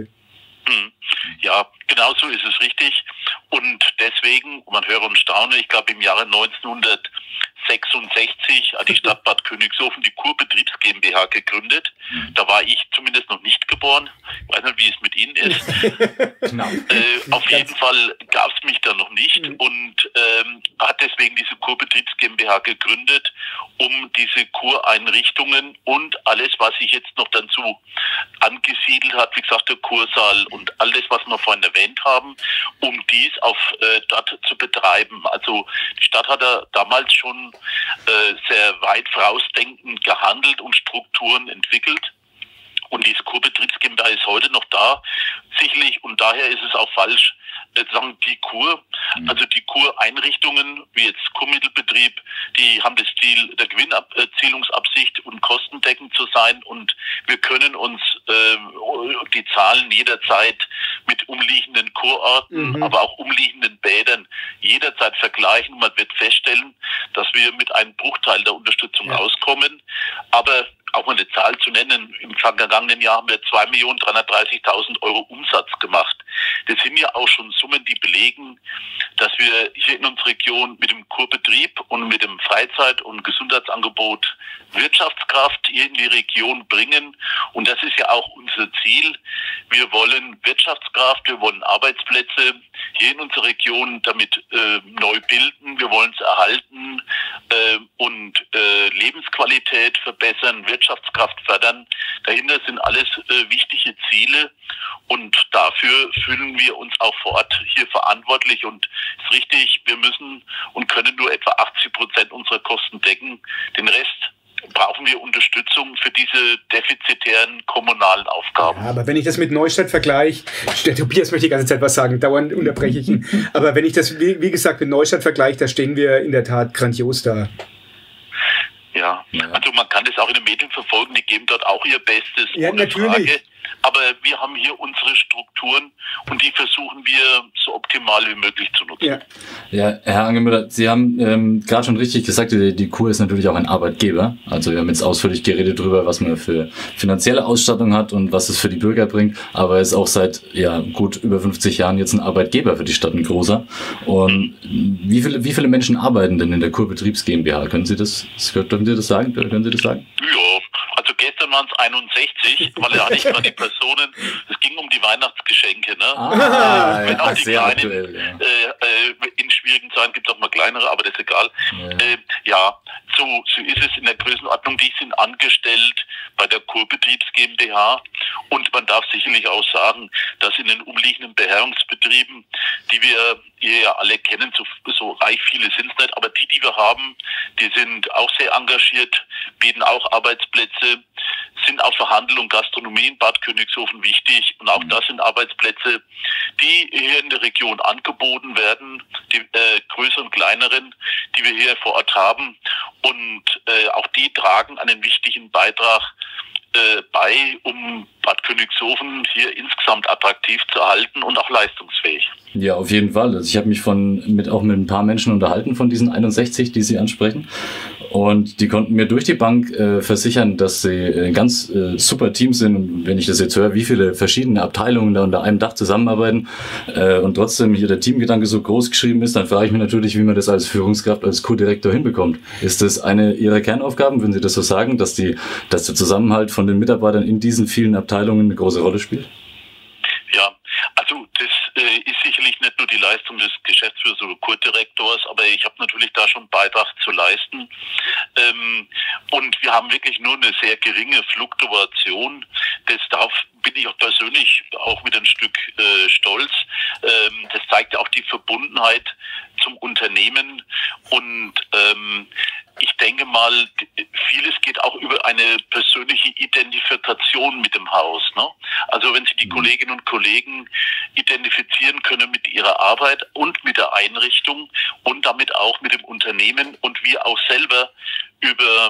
Speaker 4: Ja, genau so ist es richtig. Und deswegen, man höre und staune, ich glaube im Jahre neunzehnhundertsechsundsechzig hat die Stadt Bad Königshofen die Kurbetriebs GmbH gegründet. Da war ich zumindest noch nicht geboren. Ich weiß nicht, wie es mit Ihnen ist.
Speaker 3: Genau.
Speaker 4: Äh, auf jeden Fall gab es mich da noch nicht, und ähm, hat deswegen diese Kurbetriebs GmbH gegründet, um diese Kureinrichtungen und alles, was sich jetzt noch dazu angesiedelt hat, wie gesagt, der Kursaal und alles, was wir vorhin erwähnt haben, um dies auf äh, dort zu betreiben. Also die Stadt hat da damals schon äh, sehr weit vorausdenkend gehandelt und Strukturen entwickelt. Und diese Kurbetriebs GmbH ist heute noch da, sicherlich, und daher ist es auch falsch, äh, sagen die Kur, also die Kureinrichtungen, wie jetzt Kurmittelbetrieb, die haben das Ziel der Gewinnerzielungsabsicht und kostendeckend zu sein, und wir können uns äh, die Zahlen jederzeit mit umliegenden Kurorten, mhm. aber auch umliegenden Bädern jederzeit vergleichen, und man wird feststellen, dass wir mit einem Bruchteil der Unterstützung ja. auskommen, aber auch mal eine Zahl zu nennen, im vergangenen Jahr haben wir zwei Millionen dreihundertdreißigtausend Euro Umsatz gemacht. Das sind ja auch schon Summen, die belegen, dass wir hier in unserer Region mit dem Kurbetrieb und mit dem Freizeit- und Gesundheitsangebot Wirtschaftskraft hier in die Region bringen. Und das ist ja auch unser Ziel. Wir wollen Wirtschaftskraft, wir wollen Arbeitsplätze hier in unserer Region damit äh, neu bilden. Wir wollen es erhalten äh, und äh, Lebensqualität verbessern, Wirtschaftskraft fördern. Dahinter sind alles äh, wichtige Ziele, und dafür fühlen wir uns auch vor Ort hier verantwortlich. Und es ist richtig, wir müssen und können nur etwa achtzig Prozent unserer Kosten decken. Den Rest brauchen wir Unterstützung für diese defizitären kommunalen Aufgaben.
Speaker 2: Ja, aber wenn ich das mit Neustadt vergleiche, der Tobias möchte die ganze Zeit was sagen, dauernd unterbreche ich ihn, aber wenn ich das, wie, wie gesagt, mit Neustadt vergleiche, da stehen wir in der Tat grandios da.
Speaker 4: Ja, also man kann das auch in den Medien verfolgen, die geben dort auch ihr Bestes.
Speaker 2: Ja,
Speaker 4: ohne
Speaker 2: natürlich.
Speaker 4: Frage. aber wir haben hier unsere Strukturen und die versuchen wir so optimal wie möglich zu nutzen.
Speaker 3: Ja, ja Herr Angemüller, Sie haben ähm, gerade schon richtig gesagt, die, die Kur ist natürlich auch ein Arbeitgeber. Also wir haben jetzt ausführlich geredet darüber, was man für finanzielle Ausstattung hat und was es für die Bürger bringt, aber er ist auch seit ja gut über fünfzig Jahren jetzt ein Arbeitgeber für die Stadt ein großer. Und wie viele, wie viele Menschen arbeiten denn in der Kurbetriebs GmbH? Können Sie das, dürfen Sie das sagen? Können Sie das sagen?
Speaker 4: Ja, also gestern waren es einundsechzig, weil ja nicht mal die Personen, es ging um die Weihnachtsgeschenke, ne?
Speaker 3: Ah,
Speaker 4: wenn auch
Speaker 3: ja,
Speaker 4: die
Speaker 3: sehr
Speaker 4: kleinen,
Speaker 3: aktuell, ja.
Speaker 4: äh, in schwierigen Zeiten gibt es auch mal kleinere, aber das ist egal.
Speaker 3: Ja,
Speaker 4: äh, ja so, so ist es in der Größenordnung. Die sind angestellt bei der Kurbetriebs GmbH und man darf sicherlich auch sagen, dass in den umliegenden Beherrungsbetrieben, die wir hier ja alle kennen, so, so reich viele sind es nicht, aber die, die wir haben, die sind auch sehr engagiert, bieten auch Arbeitsplätze, sind auch für Handel und Gastronomie in Bad Königshofen wichtig und auch das sind Arbeitsplätze, die hier in der Region angeboten werden, die äh, größeren und kleineren, die wir hier vor Ort haben und äh, auch die tragen einen wichtigen Beitrag äh, bei, um Bad Königshofen hier insgesamt attraktiv zu halten und auch leistungsfähig.
Speaker 3: Ja, auf jeden Fall. Also ich habe mich von mit auch mit ein paar Menschen unterhalten von diesen einundsechzig, die Sie ansprechen. Und die konnten mir durch die Bank äh, versichern, dass sie ein ganz äh, super Team sind. Und wenn ich das jetzt höre, wie viele verschiedene Abteilungen da unter einem Dach zusammenarbeiten äh, und trotzdem hier der Teamgedanke so groß geschrieben ist, dann frage ich mich natürlich, wie man das als Führungskraft, als Kurdirektor hinbekommt. Ist das eine Ihrer Kernaufgaben, wenn Sie das so sagen, dass die, dass der Zusammenhalt von den Mitarbeitern in diesen vielen Abteilungen eine große Rolle spielt?
Speaker 4: Ja, also das äh, ist sicherlich nicht nur die Leistung des Geschäftsführers oder Kurdirektors, aber ich habe natürlich da schon einen Beitrag zu leisten. Ähm, und wir haben wirklich nur eine sehr geringe Fluktuation. Das darf, bin ich auch persönlich auch wieder ein Stück äh, stolz. Ähm, das zeigt ja auch die Verbundenheit zum Unternehmen und ähm, ich denke mal, vieles geht auch über eine persönliche Identifikation mit dem Haus, ne? Also wenn Sie die Kolleginnen und Kollegen identifizieren können mit ihrer Arbeit und mit der Einrichtung und damit auch mit dem Unternehmen und wir auch selber über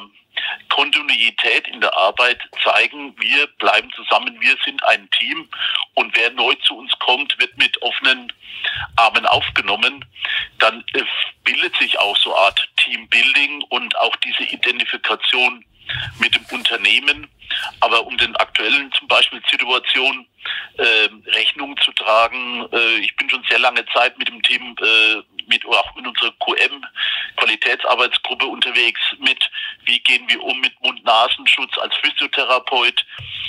Speaker 4: Kontinuität in der Arbeit zeigen, wir bleiben zusammen, wir sind ein Team und wer neu zu uns kommt, wird mit offenen Armen aufgenommen, dann äh, bildet sich auch so eine Art Teambuilding und auch diese Identifikation mit dem Unternehmen. Aber um den aktuellen zum Beispiel Situation äh, Rechnung zu tragen, äh, ich bin schon sehr lange Zeit mit dem Team, äh, mit auch mit unserer Q M Qualitätsarbeitsgruppe unterwegs, mit wie gehen wir um mit Mund-Nasenschutz als Physiotherapeut,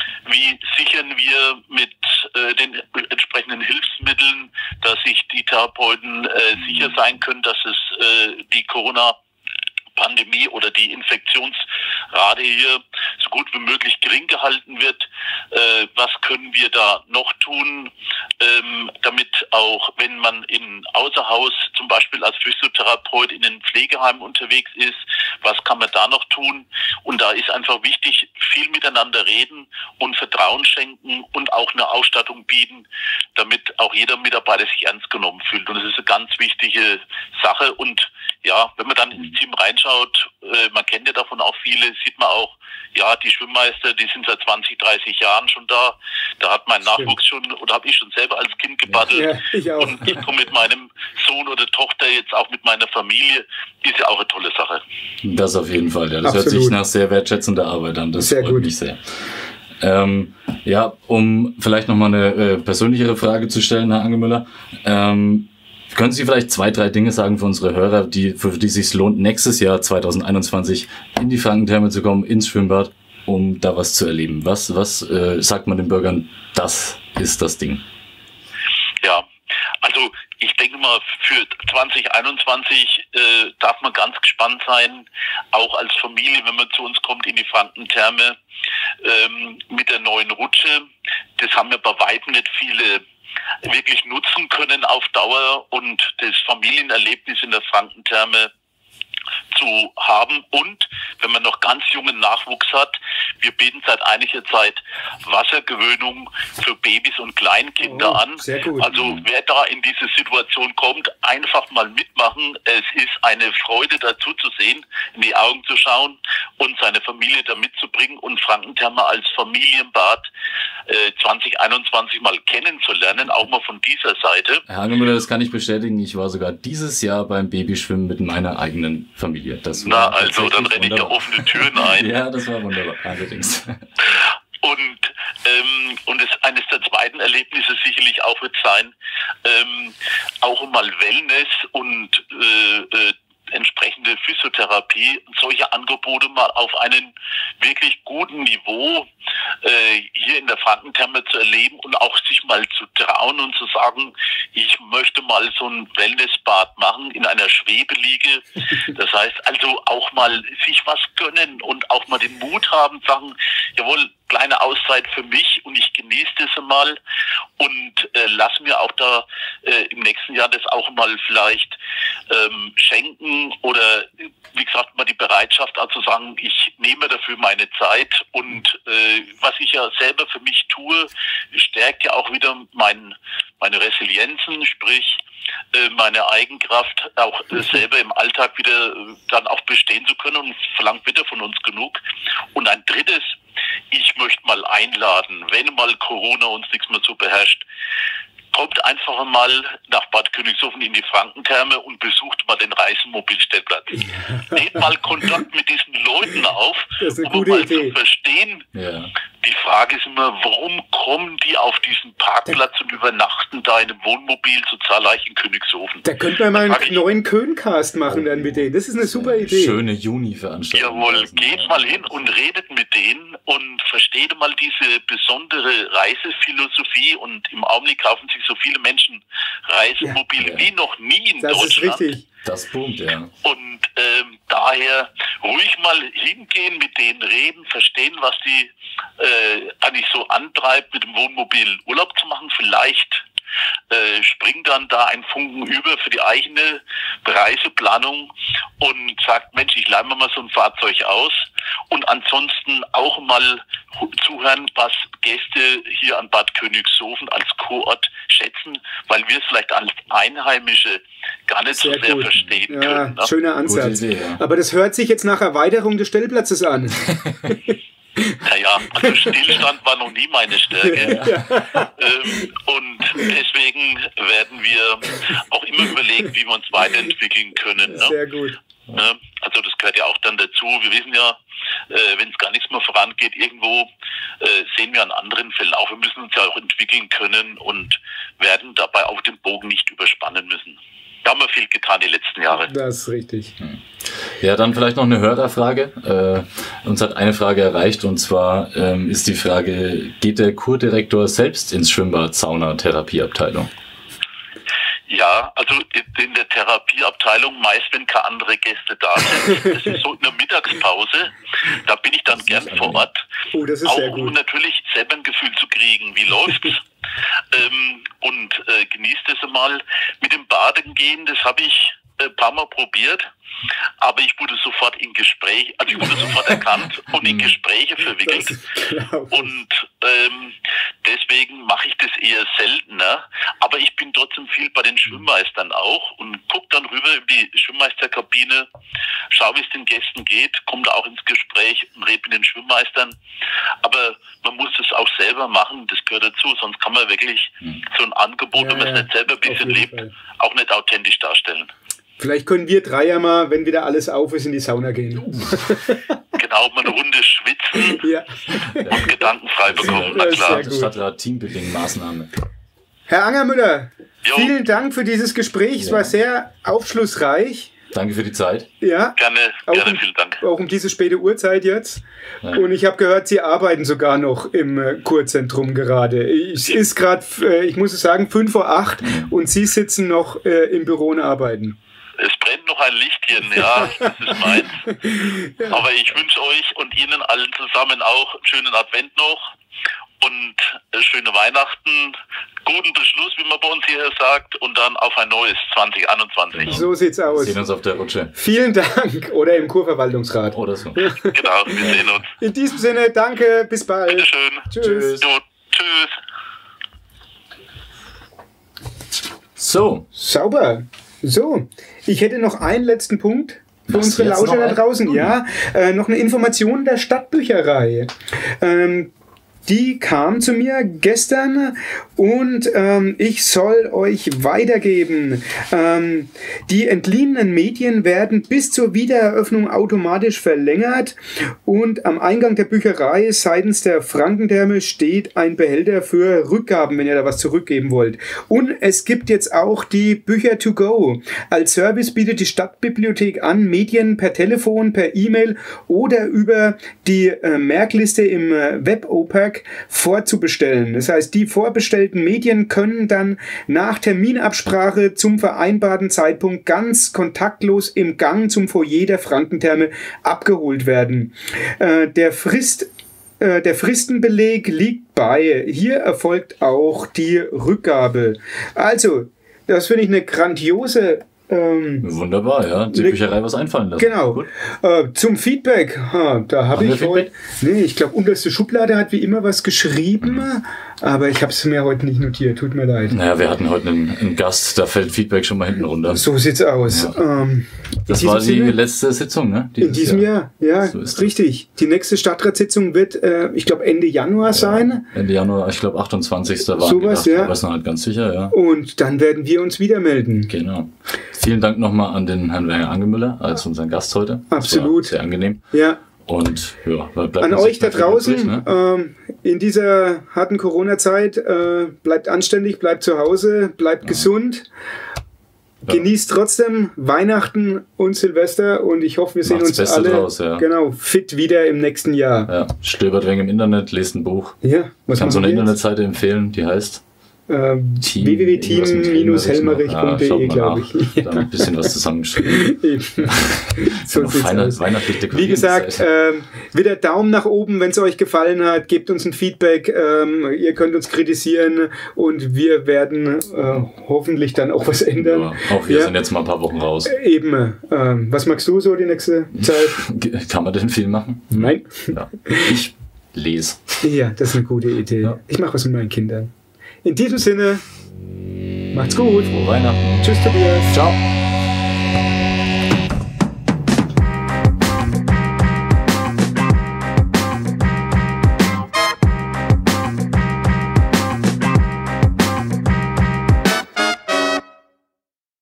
Speaker 4: wie sichern wir mit äh, den entsprechenden Hilfsmitteln, dass sich die Therapeuten äh, sicher sein können, dass es äh, die Corona Pandemie oder die Infektionsrate hier so gut wie möglich gering gehalten wird. Äh, was können wir da noch tun, ähm, damit auch, wenn man in Außerhaus zum Beispiel als Physiotherapeut in den Pflegeheimen unterwegs ist, was kann man da noch tun? Und da ist einfach wichtig, viel miteinander reden und Vertrauen schenken und auch eine Ausstattung bieten, damit auch jeder Mitarbeiter sich ernst genommen fühlt. Und das ist eine ganz wichtige Sache. Und ja, wenn man dann ins Team reinschaut, äh, man kennt ja davon auch viele, sieht man auch, ja, die Schwimmmeister, die sind seit zwanzig, dreißig Jahren schon da. Da hat mein
Speaker 2: Stimmt.
Speaker 4: Nachwuchs schon, oder habe ich schon selber als Kind gebattelt.
Speaker 2: Ja, ich auch.
Speaker 4: Und ich komme mit meinem Sohn oder Tochter, jetzt auch mit meiner Familie, ist ja auch eine tolle Sache.
Speaker 3: Das auf jeden Fall, ja. Das
Speaker 2: Absolut.
Speaker 3: hört sich nach sehr wertschätzender Arbeit an. Das
Speaker 2: Sehr
Speaker 3: freut
Speaker 2: gut.
Speaker 3: mich sehr. Ähm, ja, um vielleicht nochmal eine äh, persönlichere Frage zu stellen, Herr Angemüller. Ähm, Können Sie vielleicht zwei, drei Dinge sagen für unsere Hörer, die, für die es sich lohnt, nächstes Jahr zwanzig einundzwanzig in die Frankentherme zu kommen, ins Schwimmbad, um da was zu erleben? Was, was äh, sagt man den Bürgern, das ist das Ding?
Speaker 4: Ja, also ich denke mal, für zwanzig einundzwanzig äh, darf man ganz gespannt sein, auch als Familie, wenn man zu uns kommt in die Frankentherme ähm, mit der neuen Rutsche. Das haben ja bei weitem nicht viele wirklich nutzen können auf Dauer und das Familienerlebnis in der Frankentherme zu haben. Und wenn man noch ganz jungen Nachwuchs hat, wir bieten seit einiger Zeit Wassergewöhnung für Babys und Kleinkinder
Speaker 2: oh,
Speaker 4: an.
Speaker 2: Sehr gut.
Speaker 4: Also wer da in diese Situation kommt, einfach mal mitmachen. Es ist eine Freude dazu zu sehen, in die Augen zu schauen und seine Familie da mitzubringen und Frankentherme als Familienbad äh, zwanzig einundzwanzig mal kennenzulernen, auch mal von dieser Seite.
Speaker 3: Herr Angemüller, das kann ich bestätigen. Ich war sogar dieses Jahr beim Babyschwimmen mit meiner eigenen Familie. Das
Speaker 4: Na, also dann renne ich ja offene Türen ein.
Speaker 3: Ja, das war wunderbar, allerdings.
Speaker 4: Und, ähm, und es, eines der zweiten Erlebnisse sicherlich auch wird sein, ähm, auch mal Wellness und äh, äh, entsprechende Physiotherapie, solche Angebote mal auf einem wirklich guten Niveau äh, hier in der Frankentherme zu erleben und auch sich mal zu trauen und zu sagen, ich möchte mal so ein Wellnessbad machen in einer Schwebeliege. Das heißt also auch mal sich was gönnen und auch mal den Mut haben, sagen, jawohl, kleine Auszeit für mich und ich genieße das mal und äh, lass mir auch da äh, im nächsten Jahr das auch mal vielleicht ähm, schenken oder wie gesagt mal die Bereitschaft also sagen, ich nehme dafür meine Zeit und äh, was ich ja selber für mich tue, stärkt ja auch wieder mein, meine Resilienzen, sprich äh, meine Eigenkraft auch äh, selber im Alltag wieder äh, dann auch bestehen zu können und verlangt wieder von uns genug. Und ein drittes, ich möchte mal einladen, wenn mal Corona uns nichts mehr so beherrscht, kommt einfach mal nach Bad Königshofen in die Frankentherme und besucht mal den Reisemobilstellplatz. Ja. Nehmt mal Kontakt mit diesen Leuten auf, um mal Idee. zu verstehen. Ja. Die Frage ist immer, warum kommen die auf diesen Parkplatz da, und übernachten da in einem Wohnmobil so zahlreich in Königshofen?
Speaker 2: Da könnte man mal einen neuen Köhncast machen dann mit denen. Das ist eine super Idee.
Speaker 3: Schöne Juni-Veranstaltung.
Speaker 4: Jawohl, geht mal hin und redet mit denen und versteht mal diese besondere Reisephilosophie und im Augenblick kaufen sich so viele Menschen Reisemobile ja. wie noch nie in
Speaker 2: das
Speaker 4: Deutschland.
Speaker 2: Das ist richtig.
Speaker 3: Das boomt, ja.
Speaker 4: Und ähm, daher ruhig mal hingehen, mit denen reden, verstehen, was die äh, eigentlich so antreibt, mit dem Wohnmobil Urlaub zu machen. Vielleicht äh, springt dann da ein Funken über für die eigene Reiseplanung und sagt, Mensch, ich leih mir mal so ein Fahrzeug aus. Und ansonsten auch mal zuhören, was Gäste hier an Bad Königshofen als Kurort schätzen, weil wir es vielleicht als Einheimische gar nicht sehr so sehr gut. verstehen
Speaker 2: ja,
Speaker 4: können. Ne?
Speaker 2: Schöner Ansatz. Idee, ja. Aber das hört sich jetzt nach Erweiterung des Stellplatzes an.
Speaker 4: Naja, also Stillstand war noch nie meine Stärke. Ja. Ähm, und deswegen werden wir auch immer überlegen, wie wir uns weiterentwickeln können. Ne?
Speaker 2: Sehr gut.
Speaker 4: Ja, also das gehört ja auch dann dazu. Wir wissen ja, äh, wenn es gar nichts mehr vorangeht, irgendwo äh, sehen wir an anderen Fällen auch, wir müssen uns ja auch entwickeln können und werden dabei auch den Bogen nicht überspannen müssen. Da haben wir viel getan die letzten Jahre.
Speaker 2: Das ist richtig.
Speaker 3: Ja, dann vielleicht noch eine Hörerfrage. Äh, uns hat eine Frage erreicht und zwar ähm, ist die Frage, geht der Kurdirektor selbst ins Schwimmbad, Sauna, Therapieabteilung?
Speaker 4: Ja, also in der Therapieabteilung meist, wenn keine andere Gäste da sind. Das ist so in der Mittagspause. Da bin ich dann gern vor Ort.
Speaker 2: Oh, das ist
Speaker 4: auch
Speaker 2: sehr gut.
Speaker 4: Um natürlich selber ein Gefühl zu kriegen, wie läuft's. ähm, und äh, genießt es mal. Mit dem Baden gehen, das habe ich ein paar Mal probiert. Aber ich wurde sofort in Gespräch, also ich wurde sofort erkannt und in Gespräche verwickelt. Und ähm, deswegen mache ich das eher seltener. Aber ich bin trotzdem viel bei den Schwimmmeistern auch und gucke dann rüber in die Schwimmmeisterkabine, schaue, wie es den Gästen geht, komme da auch ins Gespräch und rede mit den Schwimmmeistern. Aber man muss es auch selber machen, das gehört dazu, sonst kann man wirklich so ein Angebot, ja, wenn man es ja, nicht selber ein bisschen lebt, Fall. auch nicht authentisch darstellen.
Speaker 2: Vielleicht können wir drei ja mal, wenn wieder alles auf ist, in die Sauna gehen.
Speaker 4: Genau, mal eine Runde schwitzen ja. und gedankenfrei bekommen. Na klar.
Speaker 3: Stadtrat Teambuilding-Maßnahme.
Speaker 2: Herr Angermüller, jo. vielen Dank für dieses Gespräch. Ja. Es war sehr aufschlussreich.
Speaker 3: Danke für die Zeit.
Speaker 2: Ja,
Speaker 4: gerne,
Speaker 2: auch
Speaker 4: gerne,
Speaker 2: um,
Speaker 4: vielen Dank.
Speaker 2: Auch um diese späte Uhrzeit jetzt. Ja. Und ich habe gehört, Sie arbeiten sogar noch im äh, Kurzentrum gerade. Es ist gerade, äh, ich muss es sagen, fünf vor acht mhm. und Sie sitzen noch äh, im Büro und arbeiten.
Speaker 4: Es brennt noch ein Lichtchen, ja, das ist meins. Ja. Aber ich wünsche euch und Ihnen allen zusammen auch einen schönen Advent noch und äh, schöne Weihnachten, guten Beschluss, wie man bei uns hier sagt, und dann auf ein neues zwanzig einundzwanzig.
Speaker 2: So sieht's aus.
Speaker 3: Wir sehen uns auf der Rutsche.
Speaker 2: Vielen Dank. Oder im Kurverwaltungsrat.
Speaker 3: Oder so.
Speaker 4: Genau, wir sehen uns.
Speaker 2: In diesem Sinne, danke, bis bald.
Speaker 4: Bitteschön.
Speaker 2: Tschüss.
Speaker 4: Jo, tschüss.
Speaker 3: So.
Speaker 2: Sauber. So, ich hätte noch einen letzten Punkt für
Speaker 3: Was,
Speaker 2: unsere
Speaker 3: jetzt
Speaker 2: Lauscher
Speaker 3: noch
Speaker 2: da
Speaker 3: ein?
Speaker 2: draußen. Ja, äh, noch eine Information der Stadtbücherei. Ähm, Die kam zu mir gestern und ähm, ich soll euch weitergeben. Ähm, die entliehenen Medien werden bis zur Wiedereröffnung automatisch verlängert und am Eingang der Bücherei seitens der Frankentherme steht ein Behälter für Rückgaben, wenn ihr da was zurückgeben wollt. Und es gibt jetzt auch die Bücher to go. Als Service bietet die Stadtbibliothek an, Medien per Telefon, per E-Mail oder über die äh, Merkliste im äh, Web-O P A C vorzubestellen. Das heißt, die vorbestellten Medien können dann nach Terminabsprache zum vereinbarten Zeitpunkt ganz kontaktlos im Gang zum Foyer der Frankentherme abgeholt werden. Äh, der Frist äh, der Fristenbeleg liegt bei. Hier erfolgt auch die Rückgabe. Also, das finde ich eine grandiose Ähm,
Speaker 3: Wunderbar, ja. Die
Speaker 2: ne,
Speaker 3: Bücherei was einfallen lassen.
Speaker 2: Genau. Äh, zum Feedback. Ha, da habe ich heute. Nee, ich glaube, unterste Schublade hat wie immer was geschrieben, mhm. aber ich habe es mir heute nicht notiert. Tut mir leid.
Speaker 3: Naja, wir hatten heute einen, einen Gast, da fällt Feedback schon mal hinten runter.
Speaker 2: So sieht's aus.
Speaker 3: Ja.
Speaker 2: Ähm,
Speaker 3: das war die Sinne, letzte Sitzung, ne?
Speaker 2: In diesem Jahr, Jahr. ja, so richtig. Die nächste Stadtratssitzung wird, äh, ich glaube, Ende Januar ja, sein.
Speaker 3: Ende Januar, ich glaube, achtundzwanzigsten war
Speaker 2: sowas,
Speaker 3: gedacht,
Speaker 2: ja.
Speaker 3: Ich weiß noch nicht ganz sicher, ja.
Speaker 2: Und dann werden wir uns wieder melden.
Speaker 3: Genau. Vielen Dank nochmal an den Herrn Werner Angemüller als unseren Gast heute.
Speaker 2: Absolut.
Speaker 3: Sehr angenehm.
Speaker 2: Ja.
Speaker 3: Und ja, bleibt
Speaker 2: an euch da draußen,
Speaker 3: übrig, ne?
Speaker 2: ähm, in dieser harten Corona-Zeit, äh, bleibt anständig, bleibt zu Hause, bleibt ja. gesund. Ja. Genießt trotzdem Weihnachten und Silvester und ich hoffe, wir sehen
Speaker 3: Macht's
Speaker 2: uns
Speaker 3: Beste
Speaker 2: alle
Speaker 3: draus, ja.
Speaker 2: genau, fit wieder im nächsten Jahr.
Speaker 3: Ja. Stöbert wegen im Internet, lest ein Buch.
Speaker 2: Ja, was
Speaker 3: ich kann so eine
Speaker 2: jetzt?
Speaker 3: Internetseite empfehlen, die heißt
Speaker 2: Ähm, w w w punkt team helmerich punkt de, glaube ich.
Speaker 3: Da ein bisschen was zusammengeschrieben.
Speaker 2: So
Speaker 3: sieht's aus.
Speaker 2: Wie gesagt, ähm, wieder Daumen nach oben, wenn es euch gefallen hat. Gebt uns ein Feedback. Ähm, ihr könnt uns kritisieren und wir werden äh, hoffentlich dann auch was ändern.
Speaker 3: Ja, auch wir
Speaker 2: ja.
Speaker 3: sind jetzt mal ein paar Wochen raus.
Speaker 2: Äh, eben. Ähm, was magst du so die nächste Zeit?
Speaker 3: Kann man denn viel machen?
Speaker 2: Nein.
Speaker 3: Ja. Ich lese.
Speaker 2: Ja, das ist eine gute Idee. Ja. Ich mache was mit meinen Kindern. In diesem Sinne, macht's gut.
Speaker 3: Frohe Weihnachten.
Speaker 2: Tschüss, Tobias.
Speaker 3: Ciao.